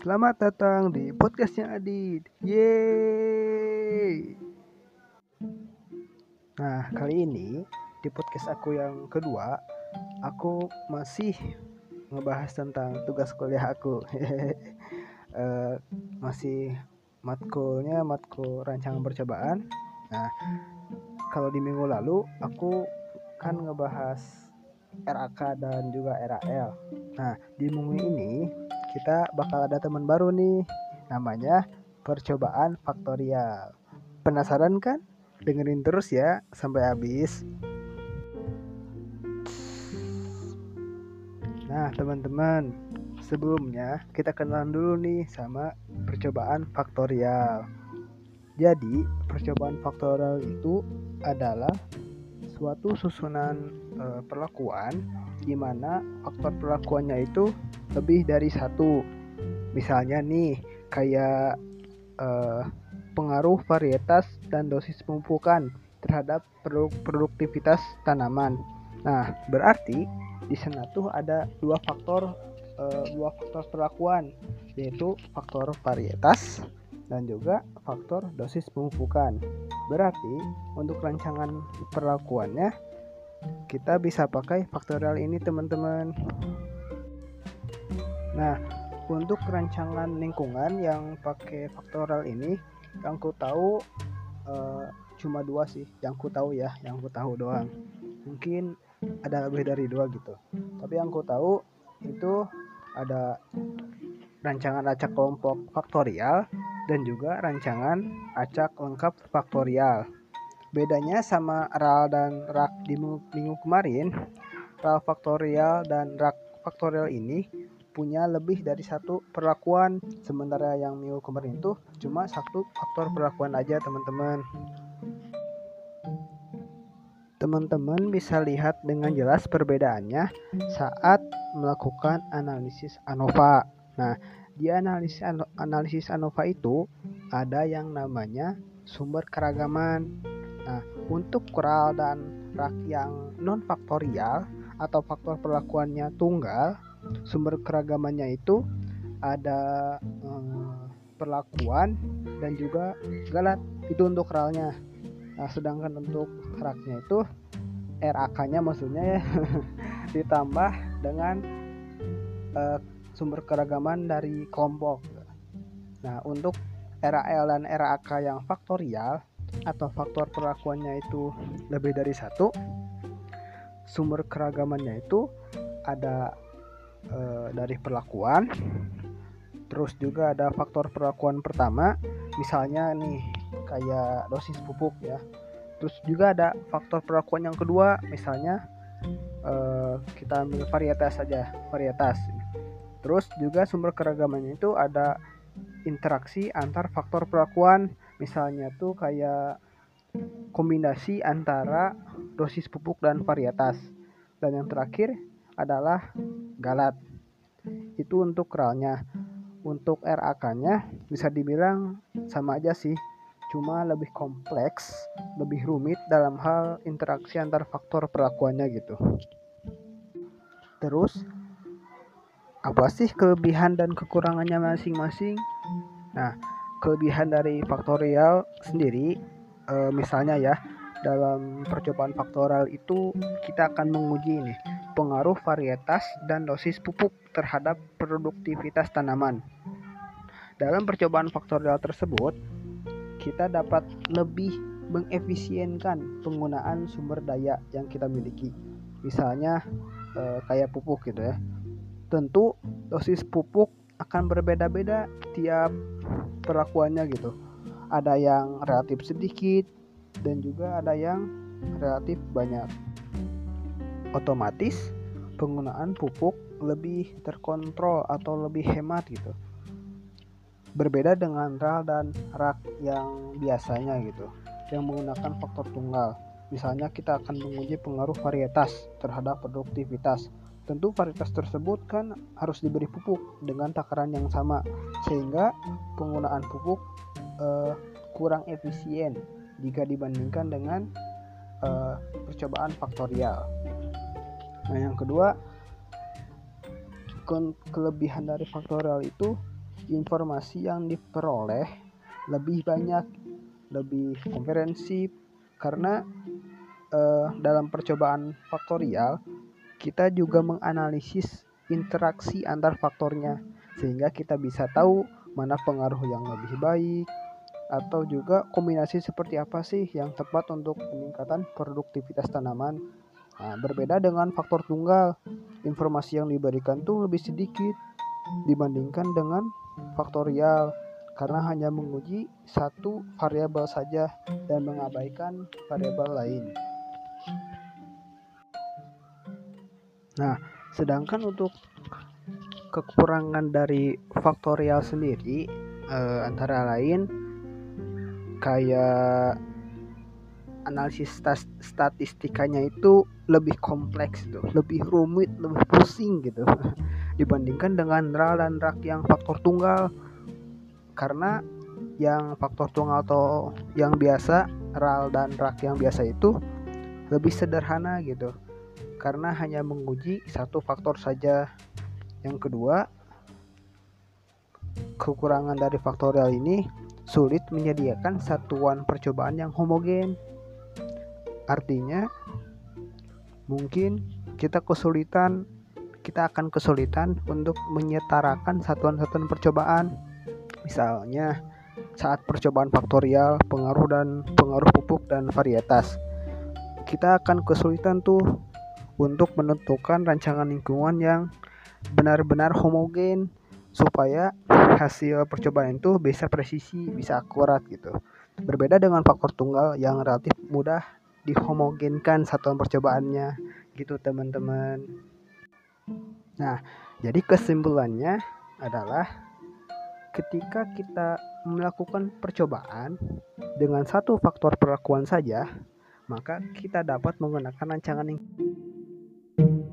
Selamat datang di podcastnya Adit. Yeay. Nah, kali ini di podcast aku yang kedua, aku masih ngebahas tentang tugas kuliah aku. Masih matkul rancangan percobaan. Nah, kalau di minggu lalu aku kan ngebahas RAK dan juga RAL. Nah, di minggu ini kita bakal ada teman baru nih, namanya percobaan faktorial. Penasaran kan? Dengerin terus ya sampai habis. Nah, teman-teman, sebelumnya kita kenalan dulu nih sama percobaan faktorial. Jadi, percobaan faktorial itu adalah suatu susunan perlakuan di mana faktor perlakuannya itu lebih dari satu. Misalnya nih, kayak pengaruh varietas dan dosis pemupukan terhadap produktivitas tanaman. Nah, berarti di sana tuh ada dua faktor perlakuan, yaitu faktor varietas dan juga faktor dosis pemupukan. Berarti untuk rancangan perlakuannya kita bisa pakai faktorial ini, teman-teman. Nah, untuk rancangan lingkungan yang pakai faktorial ini, yang ku tahu cuma dua sih, yang ku tahu doang. Mungkin ada lebih dari dua gitu. Tapi yang ku tahu itu ada rancangan acak kelompok faktorial dan juga rancangan acak lengkap faktorial. Bedanya sama RAL dan RAK di minggu kemarin, RAL faktorial dan RAK faktorial ini punya lebih dari satu perlakuan, sementara yang minggu kemarin itu cuma satu faktor perlakuan aja, teman-teman. Teman-teman bisa lihat dengan jelas perbedaannya saat melakukan analisis ANOVA. Nah, di analisis ANOVA itu ada yang namanya sumber keragaman. Nah, untuk RAL dan RAK yang non faktorial atau faktor perlakuannya tunggal, sumber keragamannya itu ada perlakuan dan juga galat. Itu untuk RAL-nya. Nah, sedangkan untuk RAK-nya itu RAK-nya maksudnya ya ditambah dengan sumber keragaman dari kelompok. Nah, untuk RAL dan RAK yang faktorial atau faktor perlakuannya itu lebih dari satu, sumber keragamannya itu ada dari perlakuan, terus juga ada faktor perlakuan pertama, misalnya nih kayak dosis pupuk ya. Terus juga ada faktor perlakuan yang kedua, misalnya kita ambil varietas saja, varietas. Terus juga sumber keragamannya itu ada interaksi antar faktor perlakuan, misalnya tuh kayak kombinasi antara dosis pupuk dan varietas. Dan yang terakhir adalah galat. Itu untuk RAL-nya. Untuk RAK-nya bisa dibilang sama aja sih, cuma lebih kompleks, lebih rumit dalam hal interaksi antar faktor perlakuannya gitu. Terus, apa sih kelebihan dan kekurangannya masing-masing? Nah, kelebihan dari faktorial sendiri, misalnya ya, dalam percobaan faktorial itu kita akan menguji nih pengaruh varietas dan dosis pupuk terhadap produktivitas tanaman. Dalam percobaan faktorial tersebut, kita dapat lebih mengefisienkan penggunaan sumber daya yang kita miliki. Misalnya kayak pupuk gitu ya. Tentu dosis pupuk akan berbeda-beda tiap perlakuannya gitu. Ada yang relatif sedikit dan juga ada yang relatif banyak. Otomatis penggunaan pupuk lebih terkontrol atau lebih hemat gitu. Berbeda dengan RAL dan RAK yang biasanya gitu, yang menggunakan faktor tunggal. Misalnya kita akan menguji pengaruh varietas terhadap produktivitas. Tentu varietas tersebut kan harus diberi pupuk dengan takaran yang sama, sehingga penggunaan pupuk kurang efisien jika dibandingkan dengan percobaan faktorial. Nah, yang kedua, kelebihan dari faktorial itu informasi yang diperoleh lebih banyak, lebih komprehensif, karena dalam percobaan faktorial kita juga menganalisis interaksi antar faktornya, sehingga kita bisa tahu mana pengaruh yang lebih baik atau juga kombinasi seperti apa sih yang tepat untuk peningkatan produktivitas tanaman. Nah, berbeda dengan faktor tunggal, informasi yang diberikan tuh lebih sedikit dibandingkan dengan faktorial, karena hanya menguji satu variabel saja dan mengabaikan variabel lain. Nah, sedangkan untuk kekurangan dari faktorial sendiri antara lain kayak analisis statistikanya itu lebih kompleks gitu, lebih rumit, lebih pusing gitu dibandingkan dengan RAL dan RAK yang faktor tunggal. Karena yang faktor tunggal atau yang biasa, RAL dan RAK yang biasa itu lebih sederhana gitu, karena hanya menguji satu faktor saja. Yang kedua, kekurangan dari faktorial ini sulit menyediakan satuan percobaan yang homogen. Artinya mungkin kita akan kesulitan untuk menyetarakan satuan-satuan percobaan. Misalnya saat percobaan faktorial, pengaruh pupuk dan varietas, kita akan kesulitan tuh untuk menentukan rancangan lingkungan yang benar-benar homogen supaya hasil percobaan itu bisa presisi, bisa akurat gitu. Berbeda dengan faktor tunggal yang relatif mudah dihomogenkan satuan percobaannya gitu teman-teman. Nah, jadi kesimpulannya adalah ketika kita melakukan percobaan dengan satu faktor perlakuan saja, maka kita dapat menggunakan rancangan lingkungan